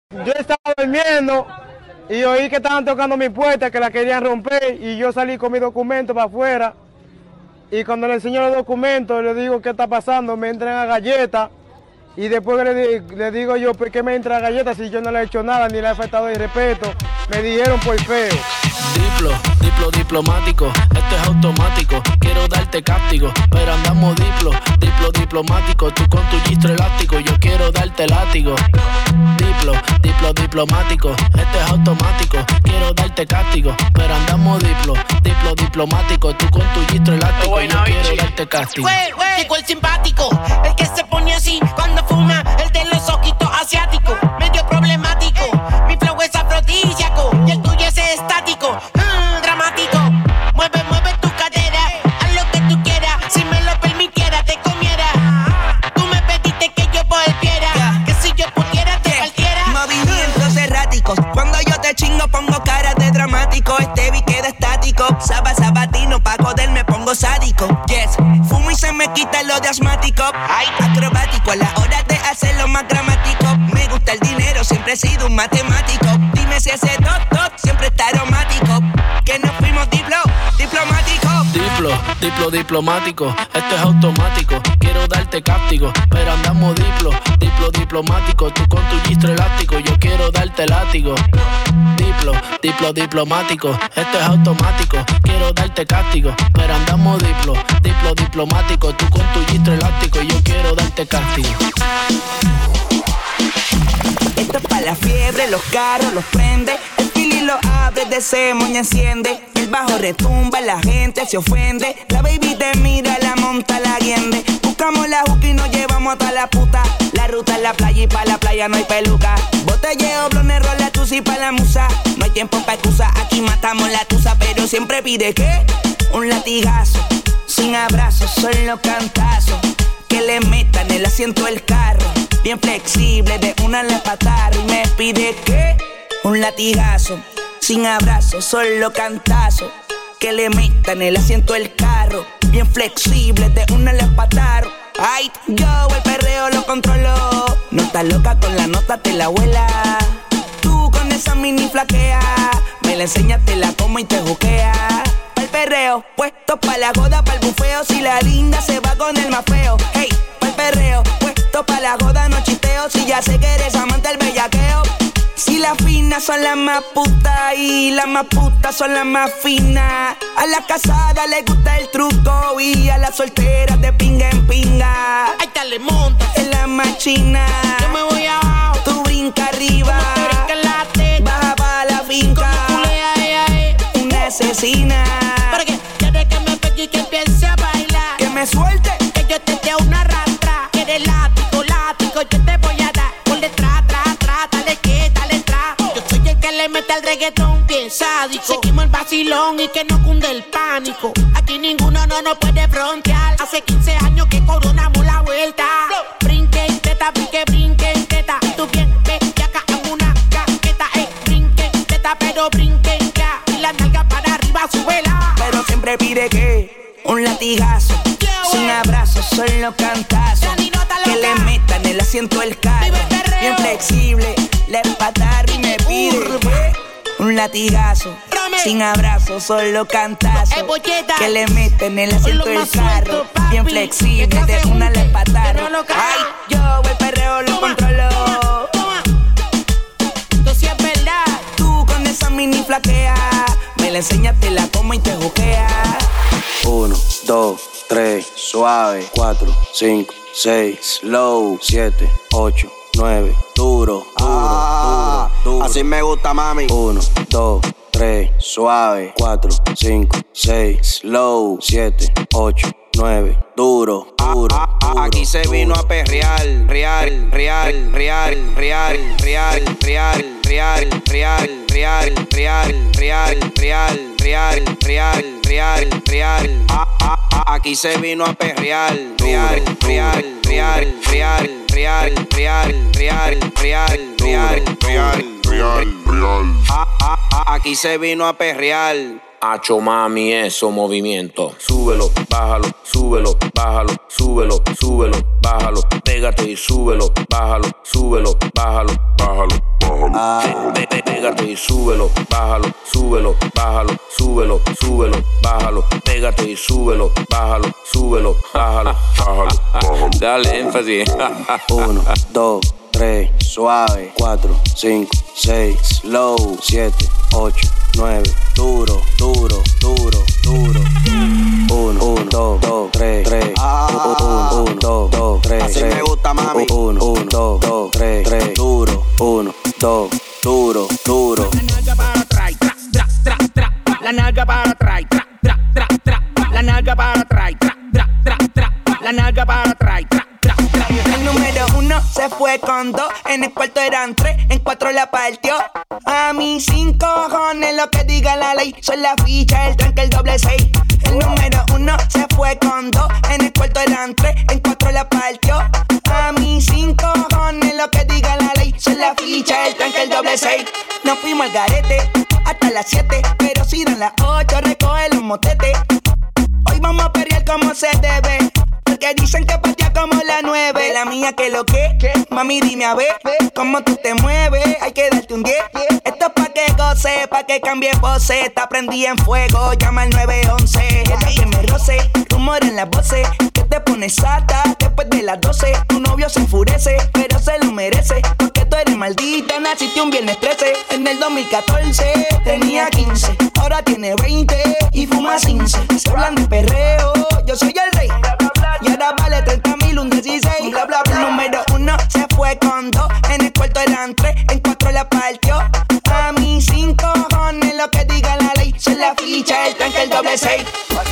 Yo estaba durmiendo y oí que estaban tocando mi puerta, que la querían romper, y yo salí con mi documento para afuera. Y cuando le enseño los documentos, le digo qué está pasando, me entran a galletas. Y después le digo yo, ¿por qué me entra a galletas si yo no le he hecho nada, ni le he faltado el respeto? Me dijeron por feo. Diplomático, esto es automático. Quiero darte cáptico, pero andamos diplomático. Tú con tu gistro elástico, yo quiero darte látigo. Diplomático, esto es automático. Quiero darte cáptico, pero andamos diplomático. Tú con tu gistro elástico, yo quiero darte cáptico. Llegó el simpático, el que se pone así cuando fuma, el de los ojitos asiáticos, medio problemático. Mi flow es afrodisíaco y el tuyo es estático. Dramático, mueve tu cadera, haz lo que tú quieras. Si me lo permitiera, te comiera. Tú me pediste que yo volviera, que si yo pudiera te partiera. Movimientos erráticos, cuando yo te chingo pongo cara de dramático. Este beat queda estático, sabatino, pa' joder me pongo sádico. Yes, fumo y se me quita lo de asmático. Ay, acrobático a la hora de hacerlo más dramático. Me gusta el dinero, siempre he sido un matemático. Dime si ese dot siempre está aromático. Que nos fuimos diplomático. Diplomático, esto es automático. Quiero darte cáptico, pero andamos diplomático. Tú con tu gistro elástico, yo quiero darte látigo. Diplomático, esto es automático. Quiero darte cáptico, pero andamos diplomático. Tú con tu gistro elástico, yo quiero darte cáptico. Esto es pa' la fiebre, los carros los prende. El fili lo abre, de ese moña enciende. El bajo retumba, la gente se ofende. La baby te mira, la monta, la guiende. Buscamos la juca y nos llevamos hasta la puta. La ruta es la playa y pa' la playa no hay peluca. Botelleo, blones, rola, tusi pa' la musa. No hay tiempo pa' excusa, aquí matamos la tusa. Pero siempre pide ¿qué? Un latigazo. Sin abrazos, solo cantazos. Que le metan el asiento del carro. Bien flexible, de una le patar. Y me pide ¿qué? Un latigazo. Sin abrazo, solo cantazo. Que le metan el asiento del carro. Bien flexible, de una le patar. Ay, yo el perreo lo controlo. No estás loca con la nota, te la abuela. Tú con esa mini flaquea. Me la enseñas, te la como y te juquea. Pa'l perreo, puesto pa' la goda, pa'l bufeo. Si la linda se va con el más feo. Hey, pa'l perreo, puesto pa' la goda, no chisteo. Si ya sé que eres amante del bellaqueo. Si las finas son las más putas y las más putas son las más finas. A la casada le gusta el truco y a las solteras de pinga en pinga. Ahí te le monta, en la machina. yo me voy abajo, tú brinca arriba. brinca en la teta, baja pa' la finca. culea, Una asesina. pero que quiere que me pegue y que empiece a bailar. Que me suelte. Que yo te dé una rastra. Quieres látigo, yo te voy a dar. Por detrás, dale que, dale tra. Yo soy el que le mete al reggaetón bien sádico. Seguimos el vacilón y que no cunde el pánico. Aquí ninguno no nos puede frontear. Hace 15 años que coronamos la vuelta. Brinque en teta, brinque en teta. Tú bien, ve, ya acá en una caqueta. Brinque en teta, pero brinque ya. Y la nalga para arriba, súbela. Pero siempre pide que un latigazo. Sin abrazo, solo cantazo. Que le metan el asiento del carro. Bien flexible, le patar y me pide que un latigazo. Sin abrazo, solo cantazo. Que le meten el asiento del carro. Bien flexible, de una le patar. Ay, yo el perreo lo controlo. Esto sí es verdad. Tú con esa mini flaquea. Me la enseñas, te la como y te juquea. 1, 2, 3, suave. 4, 5, 6, slow. 7, 8, 9, duro. Así me gusta, mami. 1, 2, 3, suave. 4, 5, 6, slow. 7, 8, 9, duro. Aquí se vino a perrear, real. Aquí se vino a perrear, real. Aquí se vino a perrear. Hacho mami, eso movimiento. Súbelo, bájalo, súbelo, bájalo, súbelo, súbelo, bájalo. Pégate y súbelo, bájalo, súbelo, bájalo, bájalo, bájalo. Pégate y súbelo, bájalo, súbelo, bájalo, súbelo, súbelo, bájalo. Pégate y súbelo, bájalo, súbelo, bájalo, bájalo, bájalo. Dale énfasis. 1, 2, 3, suave. 4, 5, 6, slow. 7, 8, 9, duro, duro, duro, duro. 1, 2, 3, 3. 1, 2, 3, 3. Así me gusta, mami. 1, 2, 3, 3. Duro. 1, 2, duro, duro. La nalga para atrás, tra, tra, tra, tra. La nalga para atrás, tra, tra, tra, tra. La nalga para atrás, tra, tra, tra. El número 1 se fue con 2, en el cuarto eran 3, en 4 la partió. A mí 5 cojones lo que diga la ley, son la ficha, el tranque, el doble 6. El número 1 se fue con 2, en el cuarto eran 3, en 4 la partió. A mí 5 cojones lo que diga la ley, son la ficha, el tranque, el doble 6. Nos fuimos al garete hasta las 7, pero si dan las 8 recoge los motetes. Hoy vamos a perrear como se debe, porque dicen que partía como la 9. La mía que lo que, mami dime a ver cómo tú te mueves, hay que darte un 10. Esto es pa' que goce, pa' que cambie pose. Está prendida en fuego, llama al 911. Es la que me roce, rumor en las voces, que te pones sata después de las 12. Tu novio se enfurece, pero se lo merece, porque tú eres maldita, naciste un viernes 13. En el 2014 tenía 15, ahora tiene 20 y fuma 15. Se hablan de perreo, yo soy el rey, y ahora vale 30,000 un 16. Bla, bla, bla. El número 1 se fue con 2, en el cuarto eran 3, en 4 la partió. A mí 5 cojones lo que diga la ley, son la ficha, el tranque, el doble 6.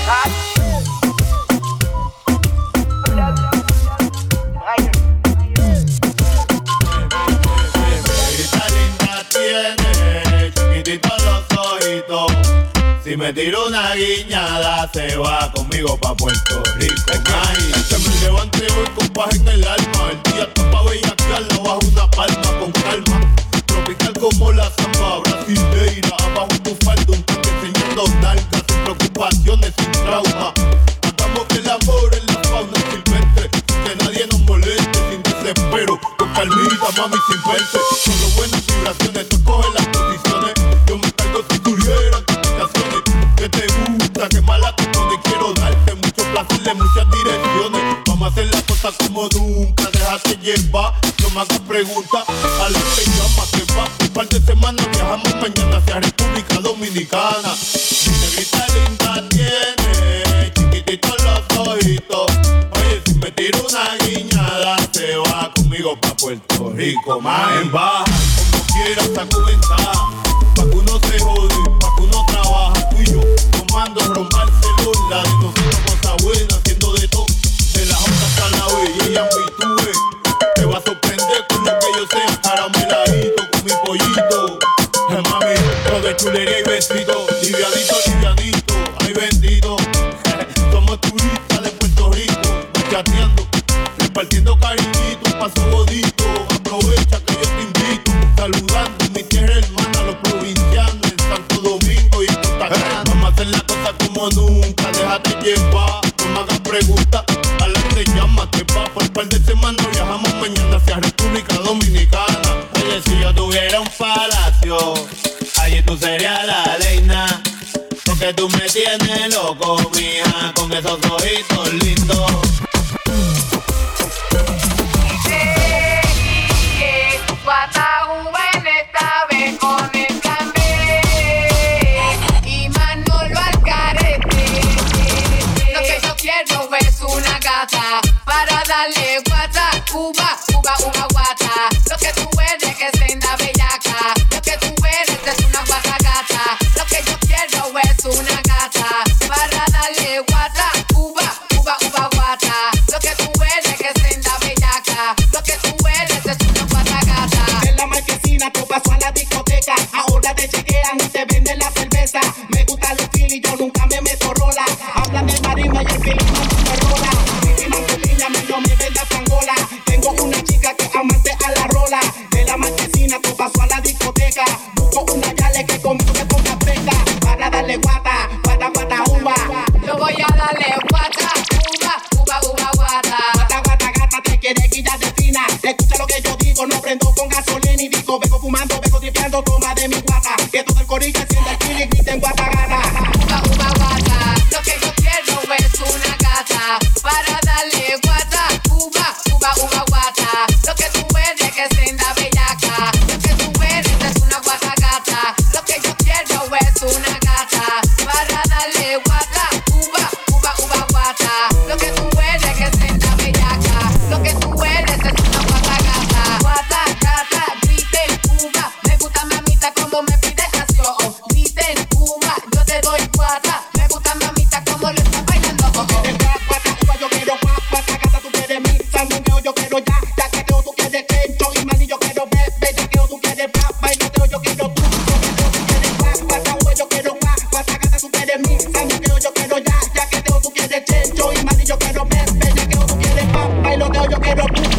Si me tiro una guiñada, se va conmigo pa' Puerto Rico. Es que me levanté hoy con paz en el alma. El día está pa' bellaquearla bajo una palma con calma. Tropical como la samba brasileira. Abajo tu falda, un tanque enseñando nalgas. Sin preocupaciones, sin trauma. Hagamos el amor en la fauna silvestre. Que nadie nos moleste, sin desespero. Con calmita, mami, sin verse. Solo buenas vibraciones, tú coges las posiciones. Yo me cargo si tuviera complicaciones. Que te gusta, que mala te pone. Quiero darte mucho placer de muchas direcciones. Vamos a hacer las cosas como nunca. Déjate llevar, no me hagas preguntas. A la que llama te va. Un par de semanas viajamos mañana hacia República Dominicana. Mi negrita linda tiene chiquititos los ojitos. Oye, si me tiro una guiñada, se va conmigo pa' Puerto Rico. Man, baja como quieras, saco ventaja. Pa' que uno se jode, pa' que uno trabaja. Tú y yo tomando rompa el celular. Y nosotros cosas buenas, haciendo de todo. De la J hasta la B y ella me tuve. Te va a sorprender con lo que yo sea. Carameladito con mi pollito. Mami, todo de chulería y besito. Liviadito, liviadito, ay bendito. Somos turistas de Puerto Rico. Chateando, repartiendo cariñito. Un paso bonito, aprovecha que yo te invito. Saludando mi tierra hermana, los provincianos en Santo Domingo y Punta Cana. Vamos a hacer la cosa como nunca, déjate llevar. No me hagas preguntas, a la que llama te va. Por un par de semanas viajamos mañana hacia República Dominicana. Oye, si yo tuviera un palacio, allí tú serías la reina. Porque tú me tienes loco, mija, con esos ojitos lindos. Guataúba en esta vez con el plan B y Manolo al carete. Lo que yo quiero es una gata para darle guata, uva, uva, uva, guata. Lo que tú eres es senda bellaca. Lo que tú eres es una guata gata. Lo que yo quiero es una gata para darle guata, uva, uva, uva, guata. Lo que tú eres es senda bellaca. Lo que tú eres es una guata gata. En la marquesina tú paso a la discoteca. Ahora te chequean y te venden la cerveza. Me gusta el fili, yo nunca me meto rola. Hablan de marimba y el fili no me rola. Yo me venda fangola. Tengo una chica que amante a la rola. De la marquesina tú paso a la discoteca. Busco una yale que conmigo me ponga preta. Para darle guata, guata, guata, uva. Yo voy a darle guata, uva, uva, uva, guata. Guata, guata, gata, te quiere guillar de fina. Escucha lo que yo digo, no prendo con gasolina y digo, vengo fumando. tengo tripeando, toma de mi guata. Que todo el corillo encienda el chile y griten guatagata. Uva, uva, guata. Lo que yo quiero es una gata para darle guata. Uva, uva, uva, guata. Lo que tú eres que senda bellaca. Lo que tú eres es una guata gata. Lo que yo quiero es una gata para darle guata. Uva, uva, uva, guata. Lo que tú eres que senda bellaca. Lo que tú eres es una guata gata. Guata gata, griten uva. Me gusta mamita como me pides canción. Griten uva, yo te doy guata. Me gusta mamita como lo estás bailando. Guata, uva, yo quiero guata gata. Tú quieres mi sandungueo, yo quiero ya. Ya que tú quieres quencho y mani, yo quiero bebé. Ya que tú quieres bailoteo, yo quiero tú. Tú quieres guata, uva, yo quiero guata gata. Tú quieres mi sandungueo, yo quiero ya. Ya que tú quieres quencho y mani, yo quiero bebé. Ya que tú quieres bailoteo, yo quiero tú.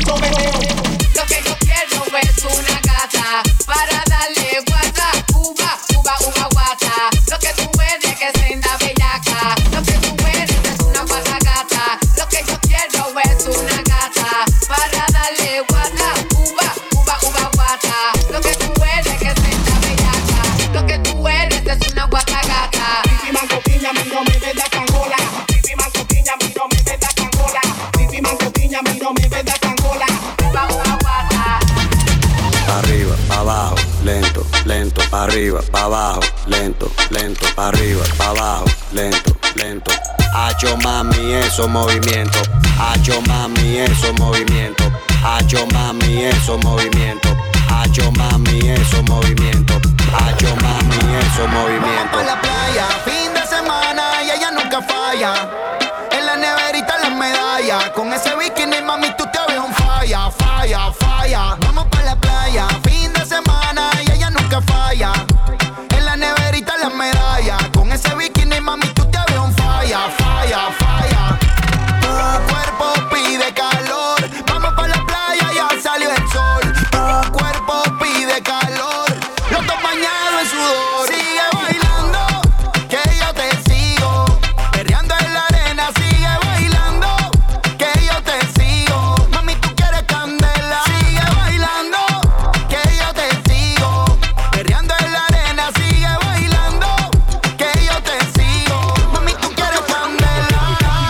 Lo que yo quiero es una gata para darle guata. Uva, uva, uva, guata. Lo que tú eres que senda bellaca. Lo que tú eres es una guata gata. Lo que yo quiero es una gata para darle guata. Uva, uva, uva, guata. Lo que tú eres que senda bellaca. Lo que tú eres es una guata gata. Pipi mango piña, mi no me vendas Angola. Pipi mango piña, mi no me vendas Angola. Pipi mango piña, mi no me vendas Angola. Uva, uva, guata. Arriba, pa' abajo, lento, lento, pa' arriba, pa' abajo, lento, lento, pa' arriba, pa' abajo, lento, lento. Hacho mami, esos movimientos. Hacho mami, esos movimientos. Hacho mami, esos movimientos. Hacho mami, esos movimientos. Hacho mami, esos movimientos. Vamos pa' la playa, fin de semana y ella nunca falla. En la neverita las medallas. Con ese bikini, mami, tú te ves un falla, falla, falla. Vamos pa' la playa, fin de semana y ella nunca falla. En la neverita las medallas. Con ese bikini, mami, tú te ves un falla, falla, falla. Tu cuerpo pide calor. Vamos pa' la playa, ya salió el sol. Tu cuerpo pide calor. Los dos bañados en sudor. Sigue bailando, que yo te sigo. Perreando en la arena, sigue bailando, que yo te sigo. Mami, tú quieres candela. Sigue bailando, que yo te sigo. Perreando en la arena, sigue bailando, que yo te sigo. Mami, tú quieres candela.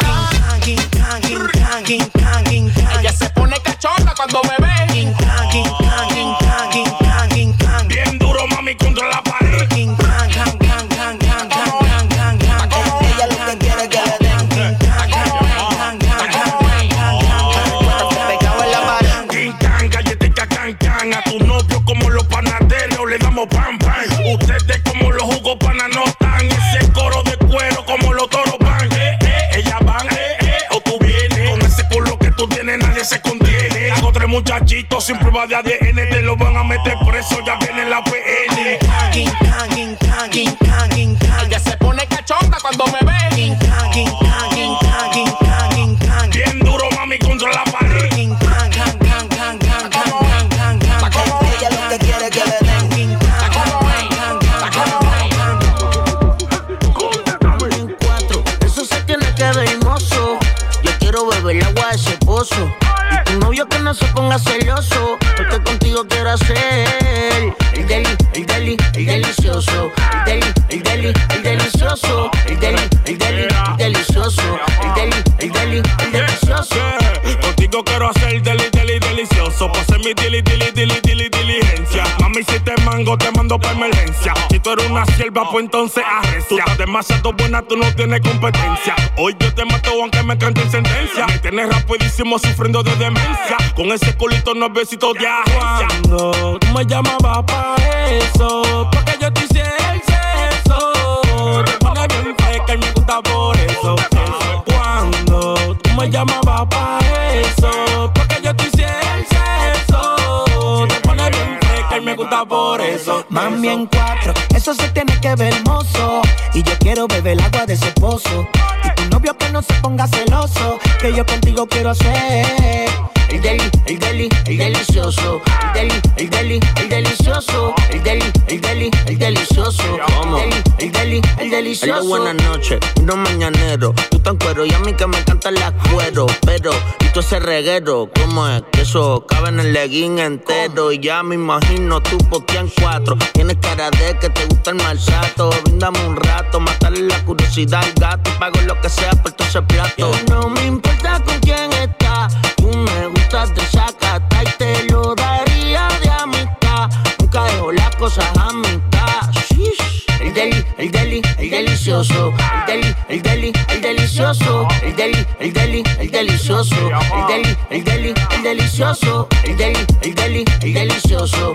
Ella se pone cachonda cuando me ve. Bien duro, mami, contra la pared. Ella lo que quiere es que le den. Pegado en la pared. King Kang, galletica can can. A tu novio como los panaderos le damos pan pan. Ustedes como los jugos pananotan. Ese coro de cuero como los toros van. Ellas van, o tú vienes. Con ese culo que tú tienes nadie se contiene. Hago 3 muchachitos sin prueba de ADN. Te lo van a meter preso, ya viene la PN. Ella se pone cachonda cuando me ve. Bien duro, mami, contra la pared. Ella lo que quiere es que le den. En 4, eso se tiene que ver hermoso. Yo quiero beber el agua de ese pozo. Y tu novio que no se ponga celoso, porque contigo quiero hacer el deli, el deli, el delicioso. El deli, el deli, el delicioso. El deli, el deli, el delicioso. El deli, el deli, el delicioso. Contigo quiero hacer deli, deli, delicioso. Pa' hacer mi diligencia. Mami, si te mango, te mando pa' emergencia. Si tú eres una sierva, pues entonces arrecia. Tú estás demasiado buena, tú no tienes competencia. Hoy yo te mato aunque me canten sentencia. Me tienes rapidísimo sufriendo de demencia. Con ese culito no besitos de agencia. Cuando tú me llamabas pa' eso, pa' que yo te hiciera el sexo. Te pone bien fresca y me gusta por eso. Cuando tú me llamabas pa' eso, pa' que yo te hiciera el sexo. Te pone bien fresca y me gusta por eso. Mami, en 4, eso se tiene que ver hermoso. Y yo quiero beber el agua de ese pozo. Y tu novio que no se ponga celoso, que yo contigo quiero hacer el deli, el deli, el delicioso. El deli, el deli, el delicioso. El deli, el delicioso. ¿Cómo? El delicioso. El de buenas noches, uno mañanero. Tú tan cuero y a mí que me encantan las cuero. Pero, y tú ese reguero, ¿cómo es? Que eso cabe en el legging entero. Y ya me imagino tú postean 4. Tienes cara de que te gusta el maltrato. Bríndame un rato, matarle la curiosidad al gato. Y pago lo que sea por todo ese plato. No me importa con quién estás. Tú me gustas de sacata y te lo daría de amistad. Nunca dejo las cosas a mitad. El delicioso. El delicioso. El delicioso. El delicioso. El delicioso.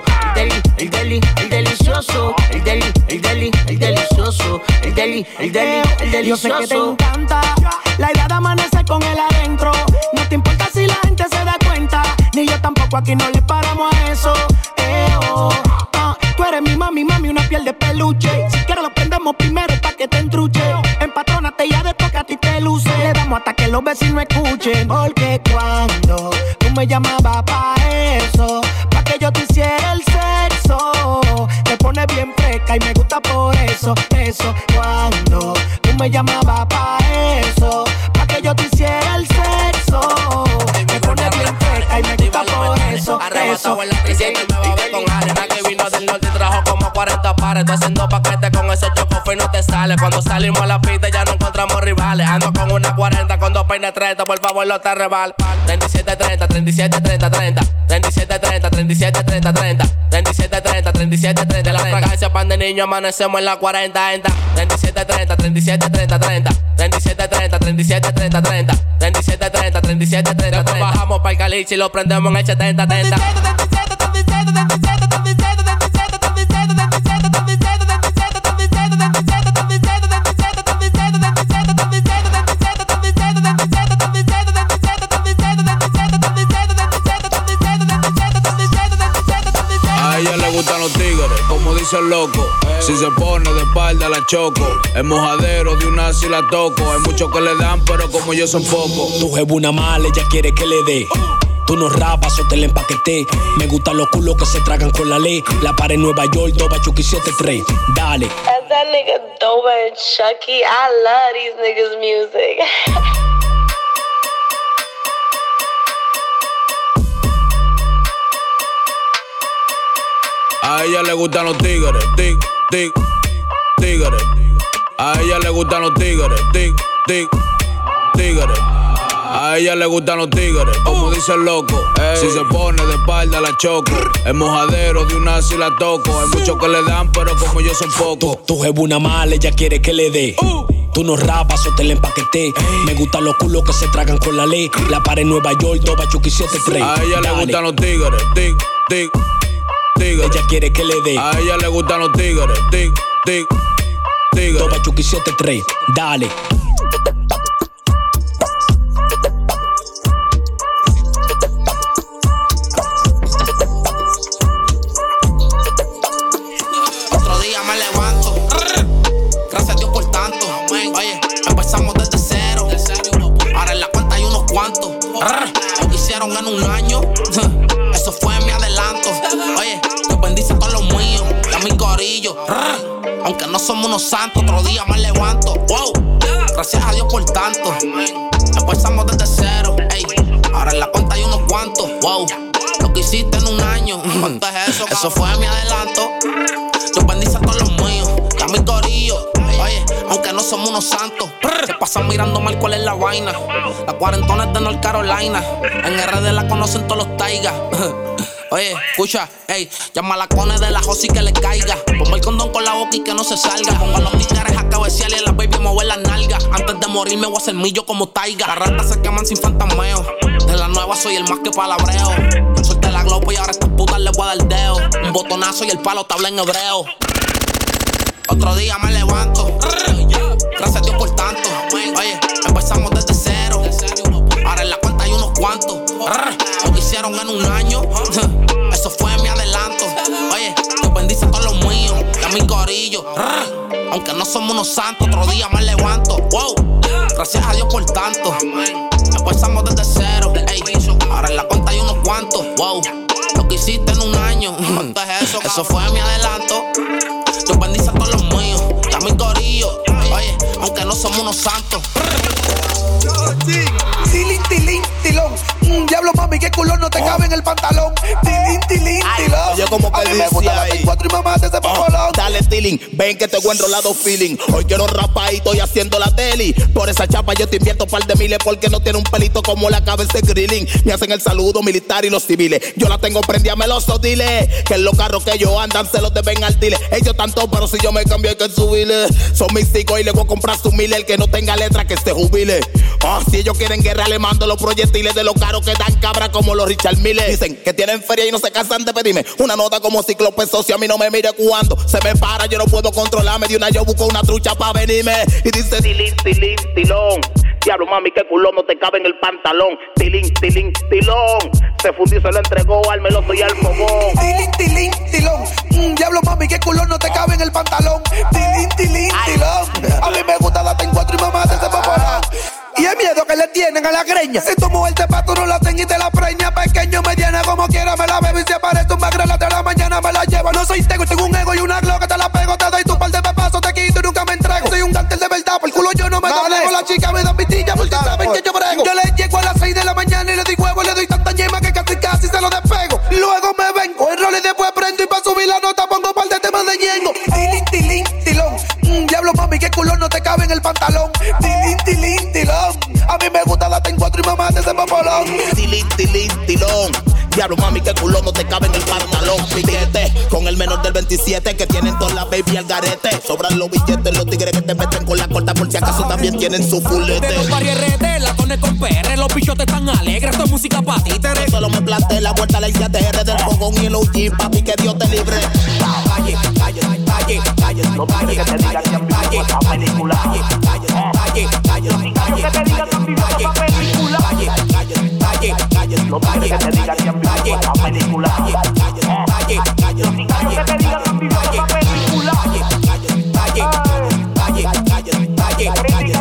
Yo sé que te encanta la idea de amanecer con él adentro. No te importa si la gente se da cuenta, ni yo tampoco, aquí no le paramos a eso. Tú eres mi mami, una piel de peluche. Si quieres lo prendemos primero pa' que te entruche. Empatrónate ya después que a ti te luce. Le damos hasta que los vecinos escuchen. Porque cuando tú me llamabas pa' eso, pa' que yo te hiciera el sexo, te pones bien fresca y me gusta por eso. Cuando tú me llamabas pa' eso, pa' que yo te hiciera el sexo, te pones bien fresca y me gusta por eso. Arrebatado en la prisión y me va a ver con arena que vino del norte y trajo como 40 pares. Estoy haciendo paquetes con ese choco y no te sale. Cuando salimos a la pista ya no encontramos rivales. Ando con una 40 con 2 peines 30, por favor no te rebal. 37, 30, 37, 30, 30. 37, 30, 37, 30, 30. 37, 30, 37, 30. La fragancia pan de niño, amanecemos en la 40, enta. 37, 30, 37, 30, 30. 37, 30, 37, 30, 30. 37, 30, 37, 30, 30. Bajamos para el caliche y lo prendemos en el 70, 30. A ella le gustan los tigres, como dice el loco. Si se pone de espalda la choco. El mojadero de una si la toco. Hay muchos que le dan, pero como yo son pocos. Tu jefa una mala, ella quiere que le dé. Tú no rapas o te la empaqueté. Me gustan los culos que se tragan con la ley. La pared en Nueva York, Doba Chucky 73. Dale. As that nigga Doba and Chucky, I love these niggas' music. A ella le gustan los tigres, tigres. A ella le gustan los tigres, tigres. A ella le gustan los tigres, como dice el loco. Si se pone de espalda la choco. El mojadero de una si la toco. Hay muchos que le dan, pero como yo son pocos. Tu jefa una mala, ella quiere que le dé. Tú no rapas o te la empaqueté. Me gustan los culos que se tragan con la ley. La pared en Nueva York, Doba Chucky 73. A ella le gustan los tigres, tigres. Ella quiere que le dé. A ella le gustan los tigres, tigres. Doba Chucky 73. Dale. Otro día me levanto. Gracias a Dios por tanto. Oye, empezamos desde cero. Ahora en la cuenta hay unos cuantos. Lo que hicieron en un año. Eso fue mi adelanto. Oye, Dios bendice a todos los míos y a mi corillo. Aunque no somos unos santos, otro día me levanto. Wow, gracias a Dios por tanto. Empezamos desde cero. Ey, ahora en la cuenta hay unos cuantos. Wow, lo que hiciste en un año. ¿Cuánto es eso? Eso fue mi adelanto. Dios bendice a todos los míos y a mi corillo. Oye, aunque no somos unos santos, se pasan mirando mal cuál es la vaina. La cuarentona es de North Carolina. En RD la conocen todos los taigas. Oye, escucha, ey, llama a la cone de la Josi que le caiga. Pongo el condón con la boca y que no se salga. Pongo a los tigres a cabecear y a las baby a mover las nalgas. Antes de morir me voy a hacer millo como taiga. Las ratas se queman sin fantasmeo. De la nueva soy el más que palabreo. Suelte la globo y ahora a estas putas les voy a dar deo. Un botonazo y el palo te habla en hebreo. Otro día me levanto. Gracias a Dios por tanto. Oye, empezamos desde cero. Ahora en la cuenta hay unos cuantos. Lo que hicieron en un año. Eso fue mi adelanto. Oye, Dios bendice a todos los míos y a mi corillo. Aunque no somos unos santos, otro día me levanto. Wow, gracias a Dios por tanto. Empezamos desde cero. Ey, ahora en la cuenta hay unos cuantos. Wow, lo que que hiciste en un año. Eso fue mi adelanto. Yo bendice a todos los míos. Ya mi corillo. Oye, aunque no somos unos santos. Tilín, tilín, tilón. Diablo, mami, qué culón no te cabe en el pantalón. Tilín, tilín, tilón. Yo como que a mí me gusta la 24 y mamá de ese papolón. Dale, tilín, ven que te voy enrolado feeling. Hoy quiero rapar y estoy haciendo la tele. Por esa chapa yo te invierto par de miles porque no tiene un pelito como la cabeza de grilling. Me hacen el saludo militar y los civiles. Yo la tengo prendida meloso, dile. Que en los carros que ellos andan se los deben al dile. Ellos tanto, pero si yo me cambio hay que subirle. Son mis hijos y le voy a comprar su mil. El que no tenga letra que se jubile. Si ellos quieren guerra, le mando los proyectiles de los caros que dan cabra como los Richard Mille. Dicen que tienen feria y no se cansan de pedirme una nota como Cíclope Socio. A mí no me mire cuando se me para, yo no puedo controlarme. De una yo busco una trucha pa' venirme. Y dice tilín, tilín, tilón. Diablo, mami, qué culón no te cabe en el pantalón. Tilín, tilín, tilón. Se fundió y se lo entregó al meloso y al fogón. Tilín, tilín, tilón. Diablo, mami, qué culón no te cabe en el pantalón. Tilín, tilín, tilón. A mí me gusta la 24 y mamá de ese papolón. Y el miedo que le tienen a la greña. Si tu mujer te pa' tú no la ten y te la preña. Pequeño, mediana, como quiera me la bebo. Y si aparece un bagre a las 3 de la mañana me la llevo. No soy tego, tengo un ego y una glow que te la pego. Te doy tu par de pepazos, te quito y nunca me entrego. Soy un cáncer de verdad, por culo yo no me doblego. La chica me da pitilla porque saben que yo brego. Yo le llego a las 6 de la mañana y le doy huevo. Le doy tanta yema que casi se lo despego. Luego me vengo, el rol y después prendo. Y pa' subir la nota pongo par de temas de ñengo. Tilín, tilín, tilón. Diablo, mami, qué culón no te cabe en el pantalón. Tilín, tilín, tilón. A mí me gusta la 24 y mamá de ese papolón. Tilín, tilín, tilón. Diablo, mami, qué culón no te cabe en el pantalón. Piquete con el menor del 27 que tienen toda la baby al garete. Sobran los billetes, los tigres que te meten con la corta por si acaso también tienen su fulete. De los barrieretes, la cone con PR, los bichotes tan alegres, esto es música pa' títeres. Solo me planté la vuelta a la isla TR del fogón y el OG, papi, que Dios te libre. Calle, calle, calle, calle, no calle, que te digan que han visto esa película. Calle, calle, calle, calle, que te digan que han visto esa película. Calle, calle, calle, calle, no calle, que te digan que han visto esa película. Calle, calle, calle, que te digan que han visto esa película. Calle, calle, calle, calle, calle, calle.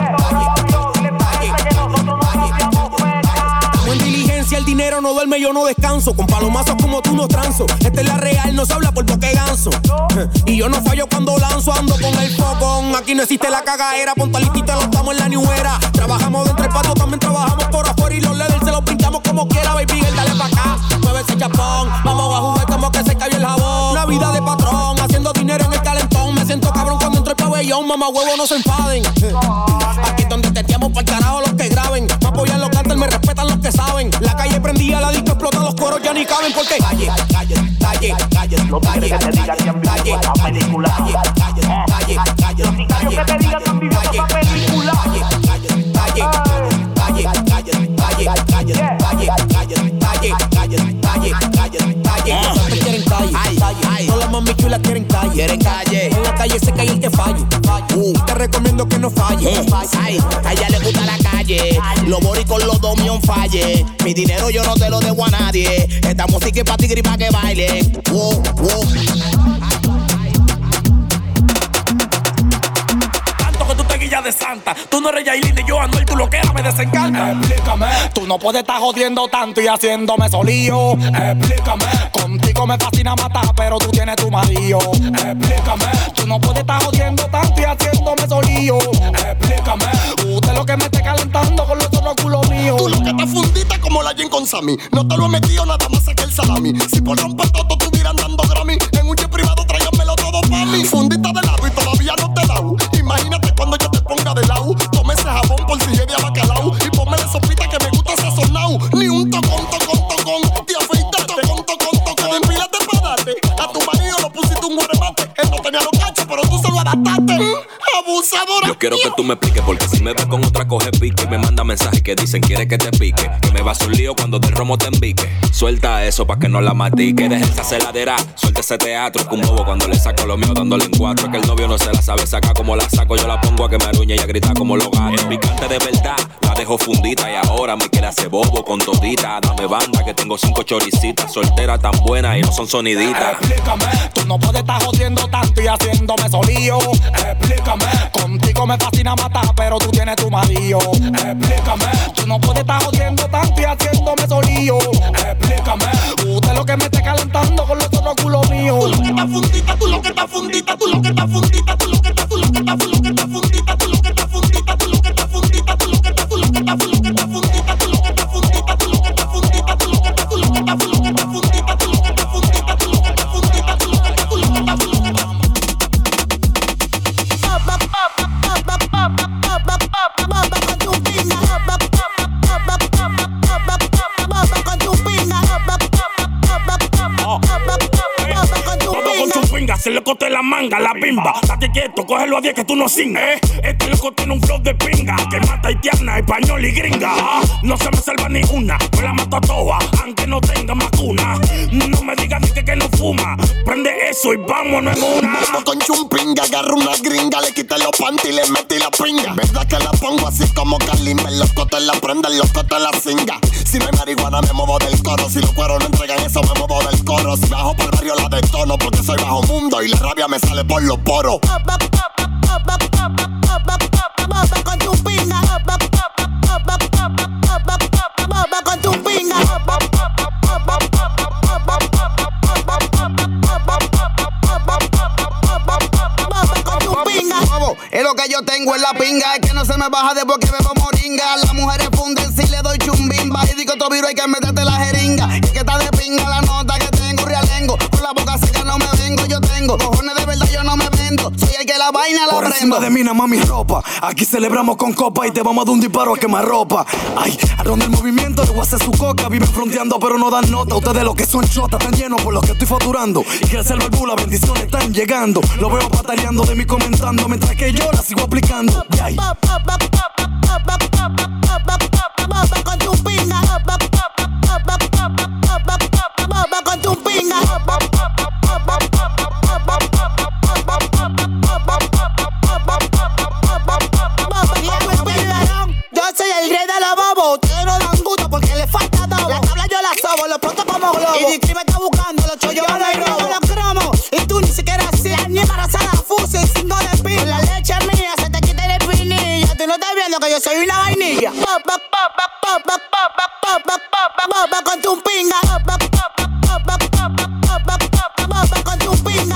Con diligencia el dinero no duerme, yo no descanso. Con palomazos como tú no transo. Esta es la real, no se habla por poque ganso. Y yo no fallo cuando lanzo, ando con el fogón. Aquí no existe la cagadera, ponte listita, lo estamos en la new era. Trabajamos dentro del patio, también trabajamos por afuera. Y los leathers se los pintamos como quiera, baby girl, dale pa' acá. Mueve ese chapón, vamos a jugar como que se cayó el jabón. Una vida de patrón, haciendo dinero en el calentón. Me siento cabrón cuando entro el pabellón, mamá huevo, no se enfaden. Aquí es donde teteamos pa'l carajo los que graben. Me apoyan los canters, me respetan los que saben. La calle prendía, la disco explota, los coros ya ni caben porque calle, calle, calle, calle, no calle, que te digan que han visto esa película. Calle, calle, calle, calle, que te digan que han visto esa película. Calle, calle, calle, calle, calle, calle, calle, calle, calle, calle, calle. Los quieren calle, todas las mami chulas quieren calle. Quieren calle. En la calle se cae el que falle. Te recomiendo que no falle. A ella le gusta la calle. Los boricos, los domios falle. Mi dinero yo no te lo debo a nadie. Esta música es pa' ti y pa' que baile. Wow, wow. De santa, tú no eres Yailin y yo ando y tú lo que era me desencanta. Explícame, tú no puedes estar jodiendo tanto y haciéndome solío. Explícame, contigo me fascina matar, pero tú tienes tu marido. Explícame, tú no puedes estar jodiendo tanto y haciéndome solío. Explícame, usted lo que me esté calentando con los otros culos míos. Tú lo que te fundiste como la Jen con Sammy. No te lo he metido nada más que el salami. Si por romper todo estuvieran dando Grammy, en un jet privado tráiganmelo todo pa' mí. Fundita de lado y todavía no te he dado. Imagínate cuando yo te ponga de lado. Tome ese jabón por si lleve a bacalao. Y ponme la sopita que me gusta sazonao. Ni un tocón, tocón, tocón. Te afeitas tocón, tocón, tocón. Te empilaste para darte. A tu marido lo pusiste un guaremate. Él no tenía los cachos, pero tú se lo adaptaste. Abusadora. Yo quiero que tú me expliques, porque si me ves con otra coge pique. Y me manda mensajes que dicen quiere que te pique. Que me vas un lío cuando del romo te envique. Suelta eso pa' que no la matique. Eres esa celadera, suelta ese teatro. Que un bobo cuando le saco lo mío dándole en cuatro. Es que el novio no se la sabe sacar como la saco. Yo la pongo a que me aruñe y a gritar como los gatos. Es picante de verdad, la dejo fundita. Y ahora me quiere hacer bobo con todita. Dame banda que tengo 5 choricitas. Soltera tan buena y no son soniditas. Explícame, tú no puedes estar jodiendo tanto y haciéndome solío. Explícame, contigo me fascina matar, pero tú tienes tu marido. Explícame, tú no puedes estar jodiendo tanto y haciéndome solío. Explícame, usted de lo que me esté calentando con los otros culos míos. Tú lo que estás fundita, tú lo que estás fundita, tú lo que estás fundita, tú lo que estás, tú lo que estás, tú lo que estás fundita, tú lo que estás fundita, tú lo que estás fundita, tú lo que estás, tú lo que estás, tú lo que estás fundita, tú lo que estás fundita, tú lo que estás fundita, tú lo que estás, tú lo que estás, tú lo que estás fundita, tú lo que estás fundita, tú lo que estás fundita, tú lo que estás, tú lo que estás, tú lo que estás. Se le corte la manga, la bimba. Date quieto, cógelo a 10 que tú no singas. Este loco tiene un flow de pinga que mata haitiana, español y gringa. No se me salva ni una, me la mato a todas, aunque no tenga vacuna. No me digas ni que no fuma. Prende eso y vámonos en una. Vamos con chumpinga, agarro una gringa, le quité los panty y le metí la pinga. Verdad que la pongo así como Kalimba, los cotes la prenden, los cotes la cinga. Si no hay marihuana me muevo del coro, si los cueros no entregan eso me muevo del coro. Si bajo por el barrio la detono porque soy bajo mundo y la rabia me sale por los poros. Con tu pinga, con tu pinga. Es lo que yo tengo en la pinga, es que no se me baja después que bebo moringa. Las mujeres funden si le doy chumbimba y digo tobiro hay que meterte la jeringa. Y que está de pinga la nota que tengo, realengo. Con la boca seca no me vengo, yo tengo cojones de verdad, yo no me vendo. Soy el que la vaina la por prendo. encima de mí nada más mi ropa. Aquí celebramos con copa y te vamos a dar un disparo a quemar ropa. Ay, a donde el movimiento le voy a hacer su coca. Viven fronteando pero no dan nota. Ustedes los que son chotas están llenos por los que estoy facturando. Y que el barbula, bendiciones están llegando. Lo veo pataleando de mí comentando mientras que yo la sigo aplicando. Ay. Con tu pinga, con tu pinga. Yo soy el rey de la bobo. Ustedes no dan gusto porque le falta todo. La tabla yo la sobo, lo pronto como globo. Y Dicri me está buscando, los chollos van a robo. Los cromos, y tú ni siquiera seas ni embarazada, fuso y cinco de pin. Con la leche mía se te quita el espinilla. Tú no estás viendo que yo soy una vainilla. Con tu pinga, con tu pinga.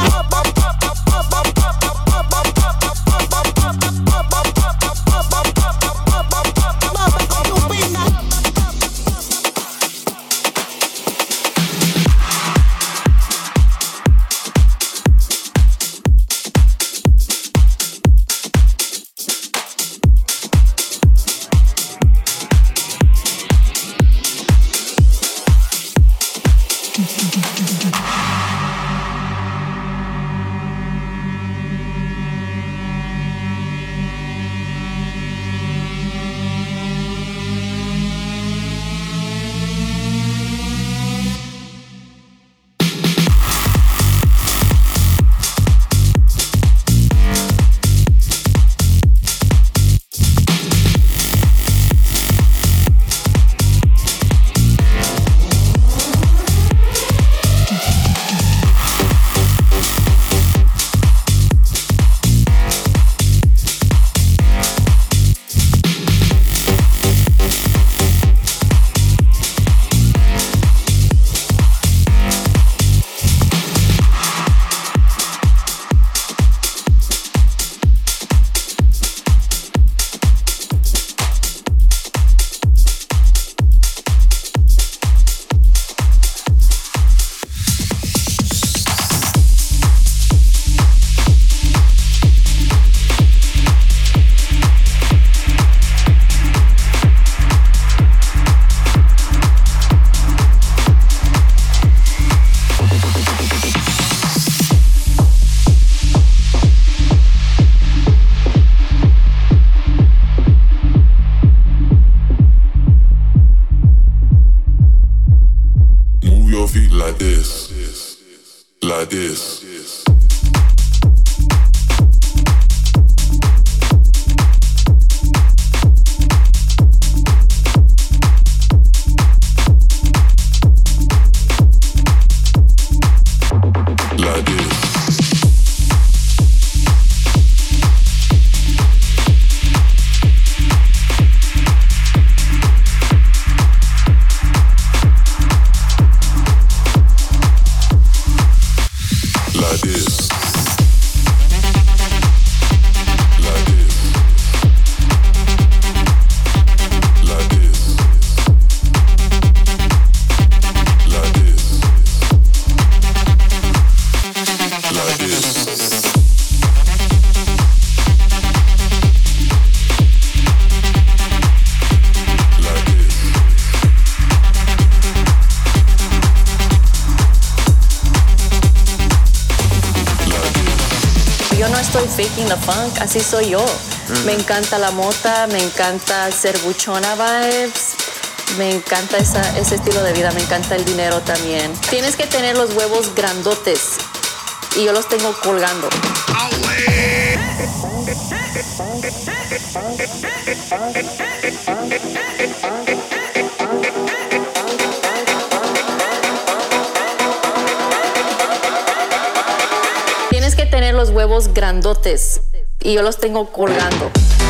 yo no estoy faking the funk, así soy yo. Me encanta la mota, me encanta ser buchona vibes, me encanta ese estilo de vida, me encanta el dinero también. Tienes que tener los huevos grandotes y yo los tengo colgando. Tienes que tener los huevos grandotes y yo los tengo colgando.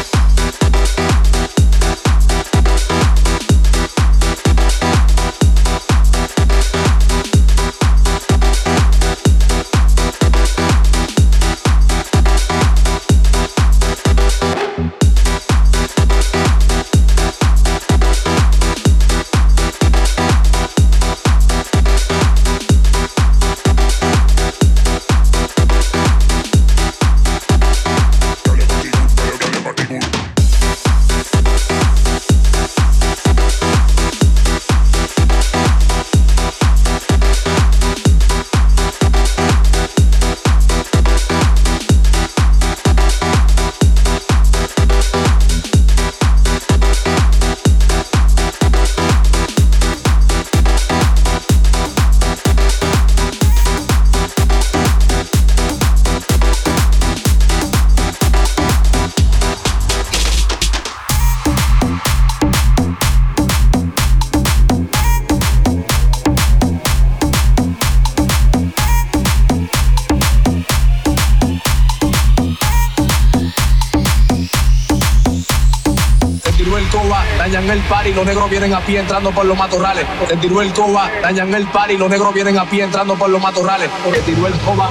Dañan el party, los negros vienen a pie entrando por los matorrales. Se tiró el coba, dañan el party, los negros vienen a pie entrando por los matorrales. Se tiró el coba.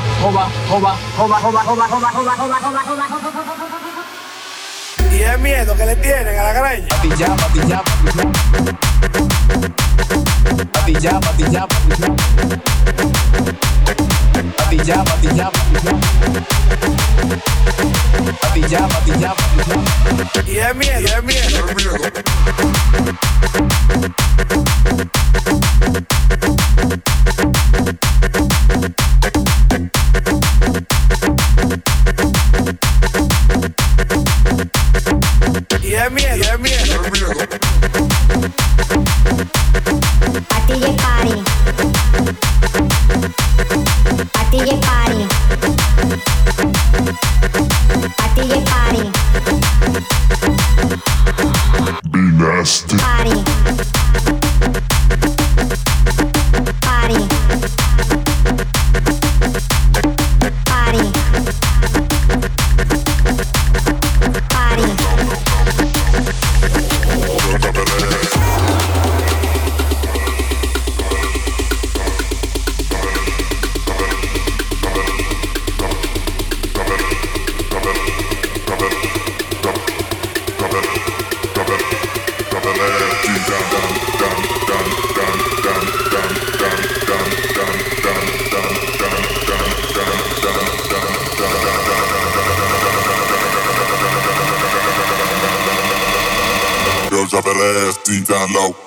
Y es miedo que le tienen a la greña. Patilla. Y es miedo. Y es miedo. Patilla party. Patilla party. Patilla party. Be nasty. Party. Party. Party. Party. Girls drop that ass deep down low.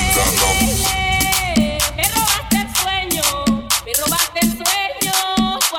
Me robaste el sueño,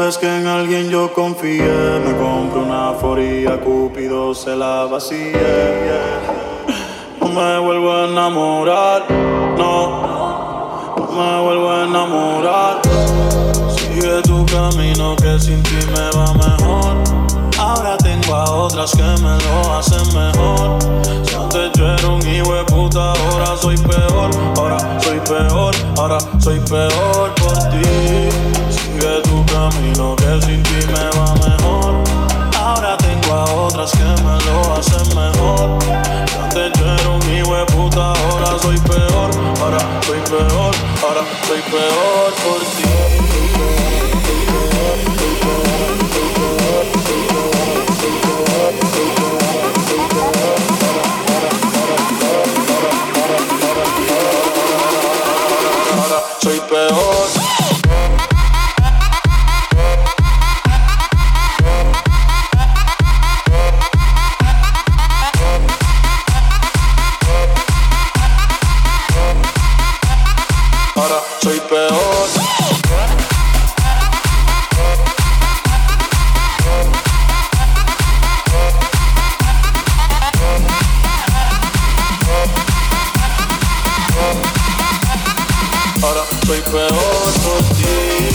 vez que en alguien yo confié, me compro una foría, Cupido se la vacíe, yeah. No me vuelvo a enamorar, no me vuelvo a enamorar. Sigue tu camino que sin ti me va mejor. Ahora tengo a otras que me lo hacen mejor. Si antes yo era un hijo de puta, ahora soy peor. Ahora soy peor, ahora soy peor por ti. Sigue tu camino que sin ti me va mejor. Ahora tengo a otras que me lo hacen mejor. Si antes yo era un hijo de puta, ahora soy peor. Ahora soy peor, ahora soy peor por ti. Soy peor. Ahora soy peor. Ahora soy peor por ti.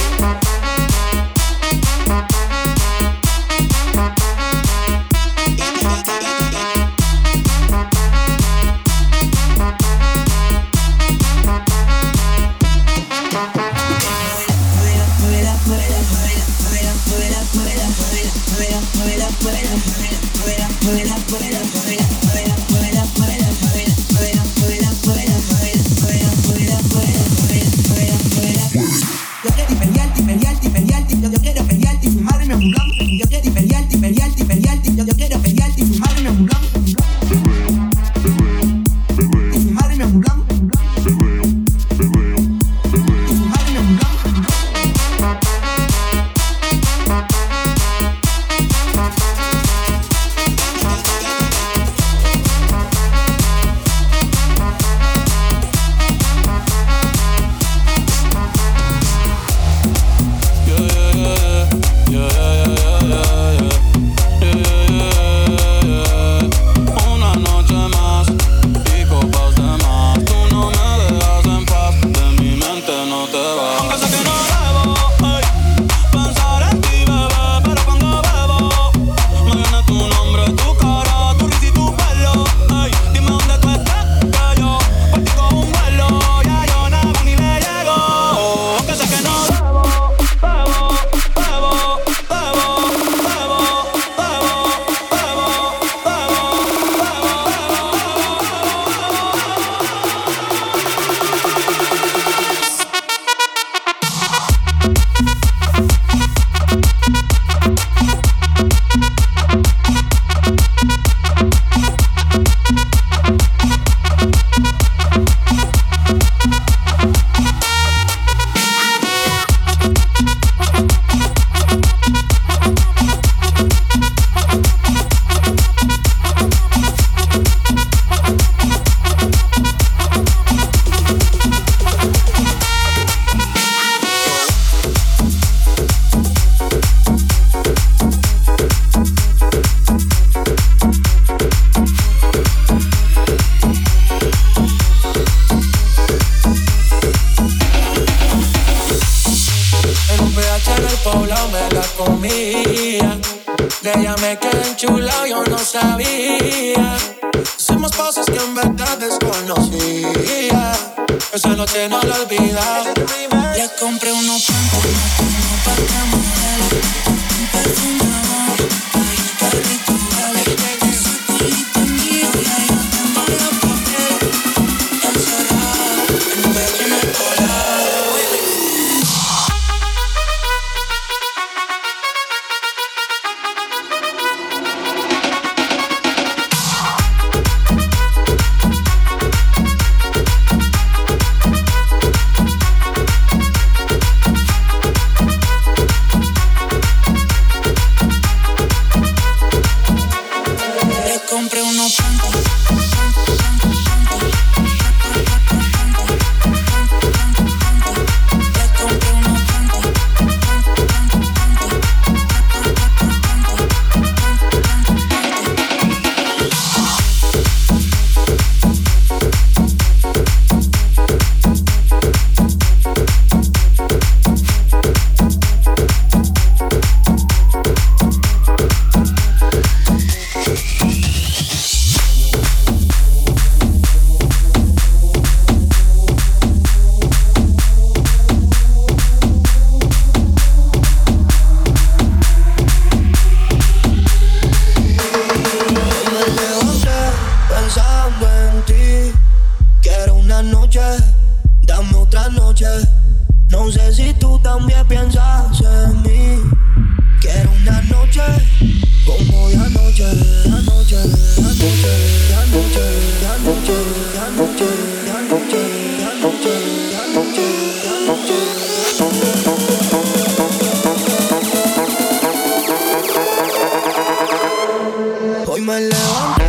me levanté.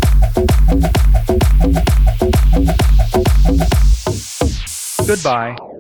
Goodbye.